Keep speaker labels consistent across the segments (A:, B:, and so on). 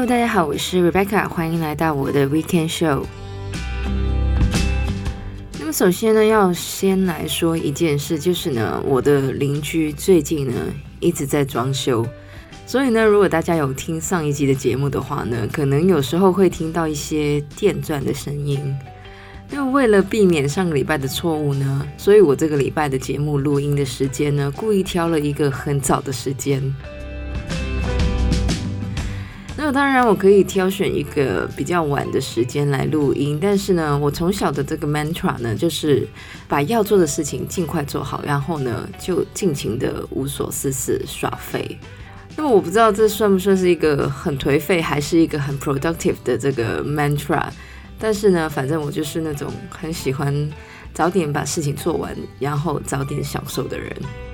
A: 大家好，我是 Rebecca， 欢迎来到我的 Weekend Show。那么首先呢，要先来说一件事，就是呢，我的邻居最近呢一直在装修，所以呢，如果大家有听上一集的节目的话呢，可能有时候会听到一些电钻的声音。那么为了避免上个礼拜的错误呢，所以我这个礼拜的节目录音的时间呢，故意挑了一个很早的时间。那么当然我可以挑选一个比较晚的时间来录音，但是呢，我从小的这个 mantra 呢，就是把要做的事情尽快做好，然后呢，就尽情的无所事事耍废。那么我不知道这算不算是一个很颓废，还是一个很 productive 的这个 mantra。但是呢，反正我就是那种很喜欢早点把事情做完，然后早点享受的人。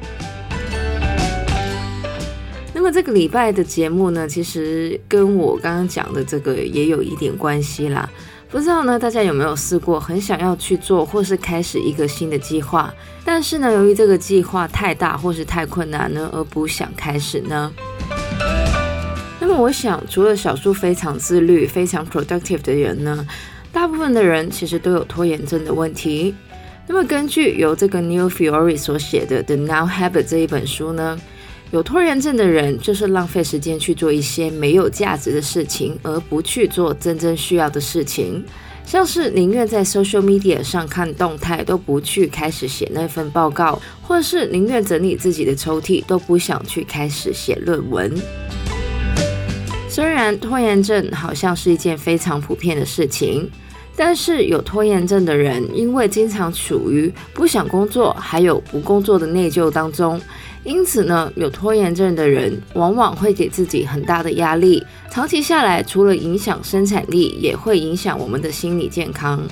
A: 那么这个礼拜的节目呢，其实跟我刚刚讲的这个也有一点关系啦。不知道呢，大家有没有试过很想要去做或是开始一个新的计划，但是呢，由于这个计划太大或是太困难呢，而不想开始呢？那么我想，除了少数非常自律、非常 productive 的人呢，大部分的人其实都有拖延症的问题。那么根据由这个 Neil Fiore 所写的《The Now Habit》这一本书呢，有拖延症的人就是浪费时间去做一些没有价值的事情，而不去做真正需要的事情。像是宁愿在 social media 上看动态，都不去开始写那份报告，或是宁愿整理自己的抽屉，都不想去开始写论文。虽然拖延症好像是一件非常普遍的事情，但是有拖延症的人因为经常处于不想工作还有不工作的内疚当中，因此呢，有拖延症的人往往会给自己很大的压力，长期下来除了影响生产力，也会影响我们的心理健康。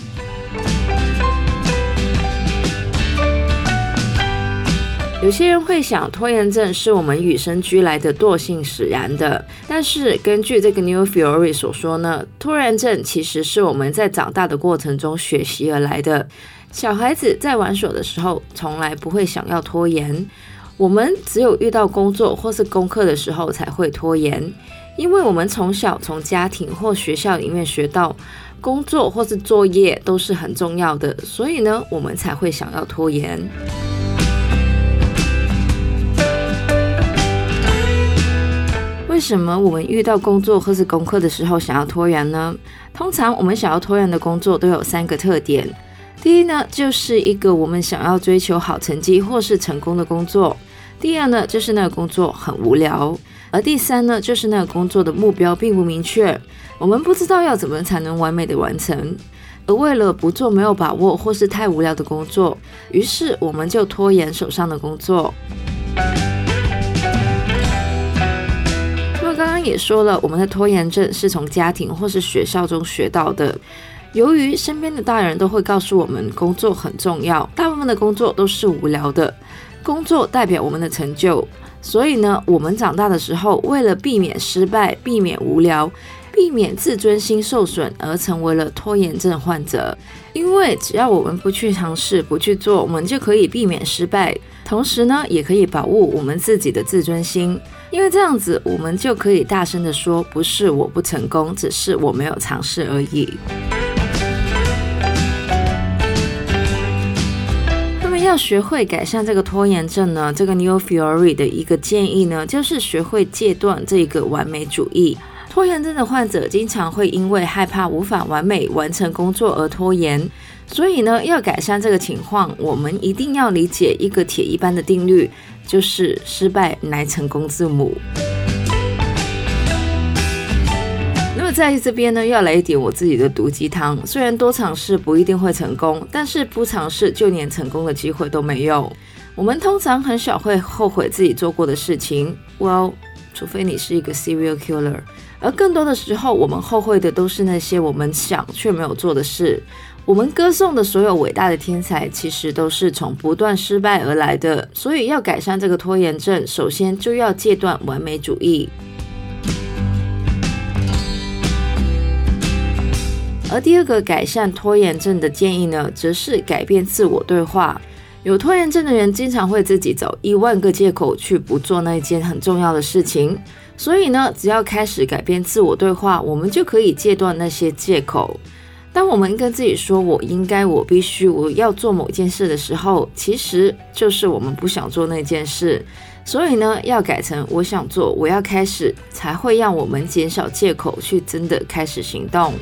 A: 有些人会想，拖延症是我们与生俱来的惰性使然的，但是根据这个 Neil Fiore 所说呢，拖延症其实是我们在长大的过程中学习而来的。小孩子在玩耍的时候，从来不会想要拖延，我们只有遇到工作或是功课的时候才会拖延，因为我们从小从家庭或学校里面学到，工作或是作业都是很重要的，所以呢，我们才会想要拖延。为什么我们遇到工作或是功课的时候想要拖延呢？通常我们想要拖延的工作都有3个特点。第一呢，就是一个我们想要追求好成绩或是成功的工作。第二呢，就是那个工作很无聊。而第三呢，就是那个工作的目标并不明确，我们不知道要怎么才能完美的完成。而为了不做没有把握或是太无聊的工作，于是我们就拖延手上的工作。刚刚也说了，我们的拖延症是从家庭或是学校中学到的。由于身边的大人都会告诉我们工作很重要，大部分的工作都是无聊的，工作代表我们的成就，所以呢，我们长大的时候，为了避免失败、避免无聊、避免自尊心受损，而成为了拖延症患者。因为只要我们不去尝试、不去做，我们就可以避免失败，同时呢，也可以保护我们自己的自尊心。因为这样子，我们就可以大声的说，不是我不成功，只是我没有尝试而已。那么要学会改善这个拖延症呢，这个 Neil Fiore 的一个建议呢，就是学会戒断这个完美主义。拖延症的患者经常会因为害怕无法完美完成工作而拖延，所以呢，要改善这个情况，我们一定要理解一个铁一般的定律，就是失败乃成功之母。那么在这边呢，要来一点我自己的毒鸡汤。虽然多尝试不一定会成功，但是不尝试就连成功的机会都没有。我们通常很少会后悔自己做过的事情，除非你是一个 serial killer。而更多的时候，我们后悔的都是那些我们想却没有做的事。我们歌颂的所有伟大的天才，其实都是从不断失败而来的。所以要改善这个拖延症，首先就要戒断完美主义。而第二个改善拖延症的建议呢，则是改变自我对话。 有拖延症的人经常会自己找10000个借口去不做那一件很重要的事情，所以呢，只要开始改变自我对话，我们就可以戒断那些借口。当我们跟自己说我应该、我必须、我要做某件事的时候，其实就是我们不想做那件事。所以呢，要改成我想做、我要开始，才会让我们减少借口，去真的开始行动。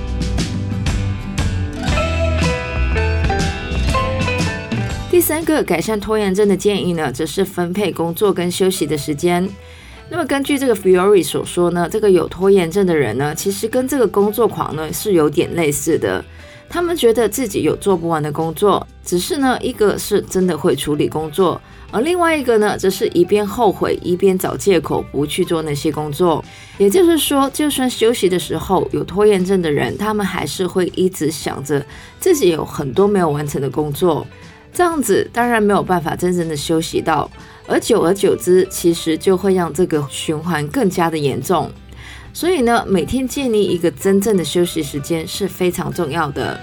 A: 第3个改善拖延症的建议呢，则是分配工作跟休息的时间。那么根据这个 Fiore 所说呢，这个有拖延症的人呢，其实跟这个工作狂呢是有点类似的。他们觉得自己有做不完的工作，只是呢，一个是真的会处理工作，而另外一个呢，则是一边后悔一边找借口不去做那些工作。也就是说，就算休息的时候，有拖延症的人，他们还是会一直想着自己有很多没有完成的工作。这样子当然没有办法真正的休息到，而久而久之，其实就会让这个循环更加的严重。所以呢，每天建立一个真正的休息时间是非常重要的。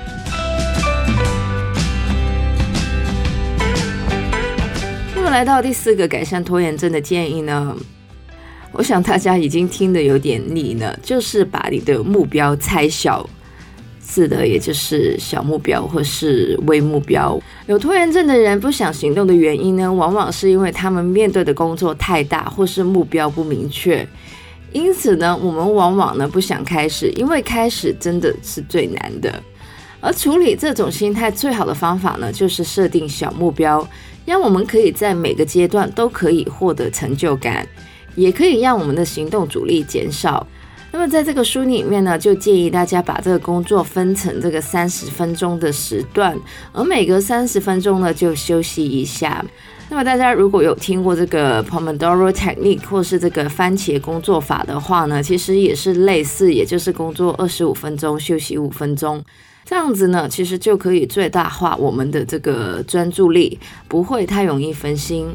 A: 那么来到第4个改善拖延症的建议呢，我想大家已经听得有点腻了，就是把你的目标拆小。是的，也就是小目标或是微目标。有拖延症的人不想行动的原因呢，往往是因为他们面对的工作太大，或是目标不明确。因此呢，我们往往呢不想开始，因为开始真的是最难的。而处理这种心态最好的方法呢，就是设定小目标，让我们可以在每个阶段都可以获得成就感，也可以让我们的行动阻力减少。那么在这个书里面呢，就建议大家把这个工作分成这个30分钟的时段，而每隔30分钟呢就休息一下。那么大家如果有听过这个 Pomodoro Technique 或是这个番茄工作法的话呢，其实也是类似，也就是工作25分钟，休息5分钟。这样子呢，其实就可以最大化我们的这个专注力，不会太容易分心。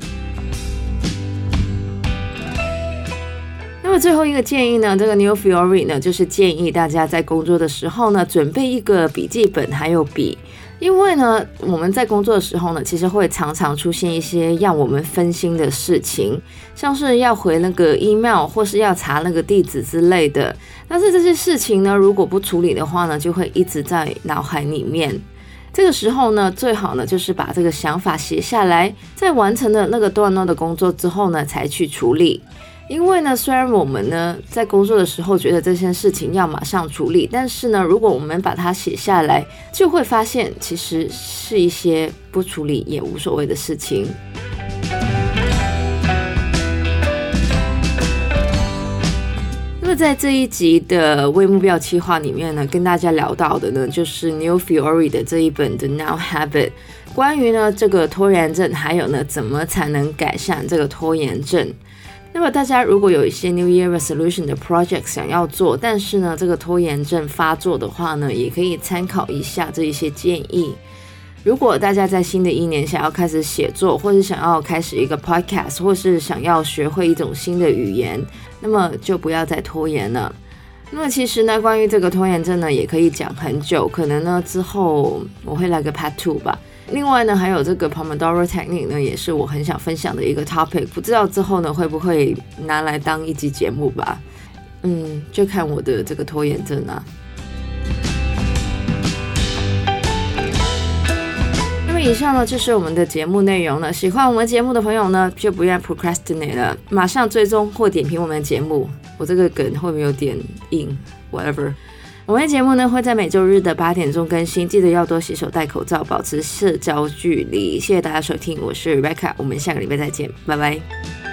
A: 那么最后一个建议呢，这个 Neil Fiore 呢，就是建议大家在工作的时候呢，准备一个笔记本还有笔。因为呢，我们在工作的时候呢，其实会常常出现一些让我们分心的事情，像是要回那个 email 或是要查那个地址之类的。但是这些事情呢，如果不处理的话呢，就会一直在脑海里面。这个时候呢，最好呢就是把这个想法写下来，在完成了那个段落的工作之后呢，才去处理。因为呢，虽然我们呢在工作的时候觉得这件事情要马上处理，但是呢，如果我们把它写下来，就会发现其实是一些不处理也无所谓的事情。那么在这一集的微目标企划里面呢，跟大家聊到的呢，就是 Neil Fiore 的这一本的 Now Habit， 关于呢这个拖延症，还有呢怎么才能改善这个拖延症。那么大家如果有一些 New Year Resolution 的 project 想要做，但是呢这个拖延症发作的话呢，也可以参考一下这一些建议。如果大家在新的一年想要开始写作，或是想要开始一个 podcast， 或是想要学会一种新的语言，那么就不要再拖延了。那么其实呢，关于这个拖延症呢，也可以讲很久，可能呢之后我会来个 part 2吧。另外呢，还有这个 Pomodoro Technique 呢，也是我很想分享的一个 topic， 不知道之后呢会不会拿来当一集节目吧。就看我的这个拖延症啊。那么以上呢就是我们的节目内容了。喜欢我们节目的朋友呢，就不要 procrastinate 了，马上追踪或点评我们的节目。我这个梗会不会有点硬 ？Whatever。我们的节目呢会在每周日的8点钟更新，记得要多洗手、戴口罩，保持社交距离。谢谢大家收听，我是 Rebecca， 我们下个礼拜再见，拜拜。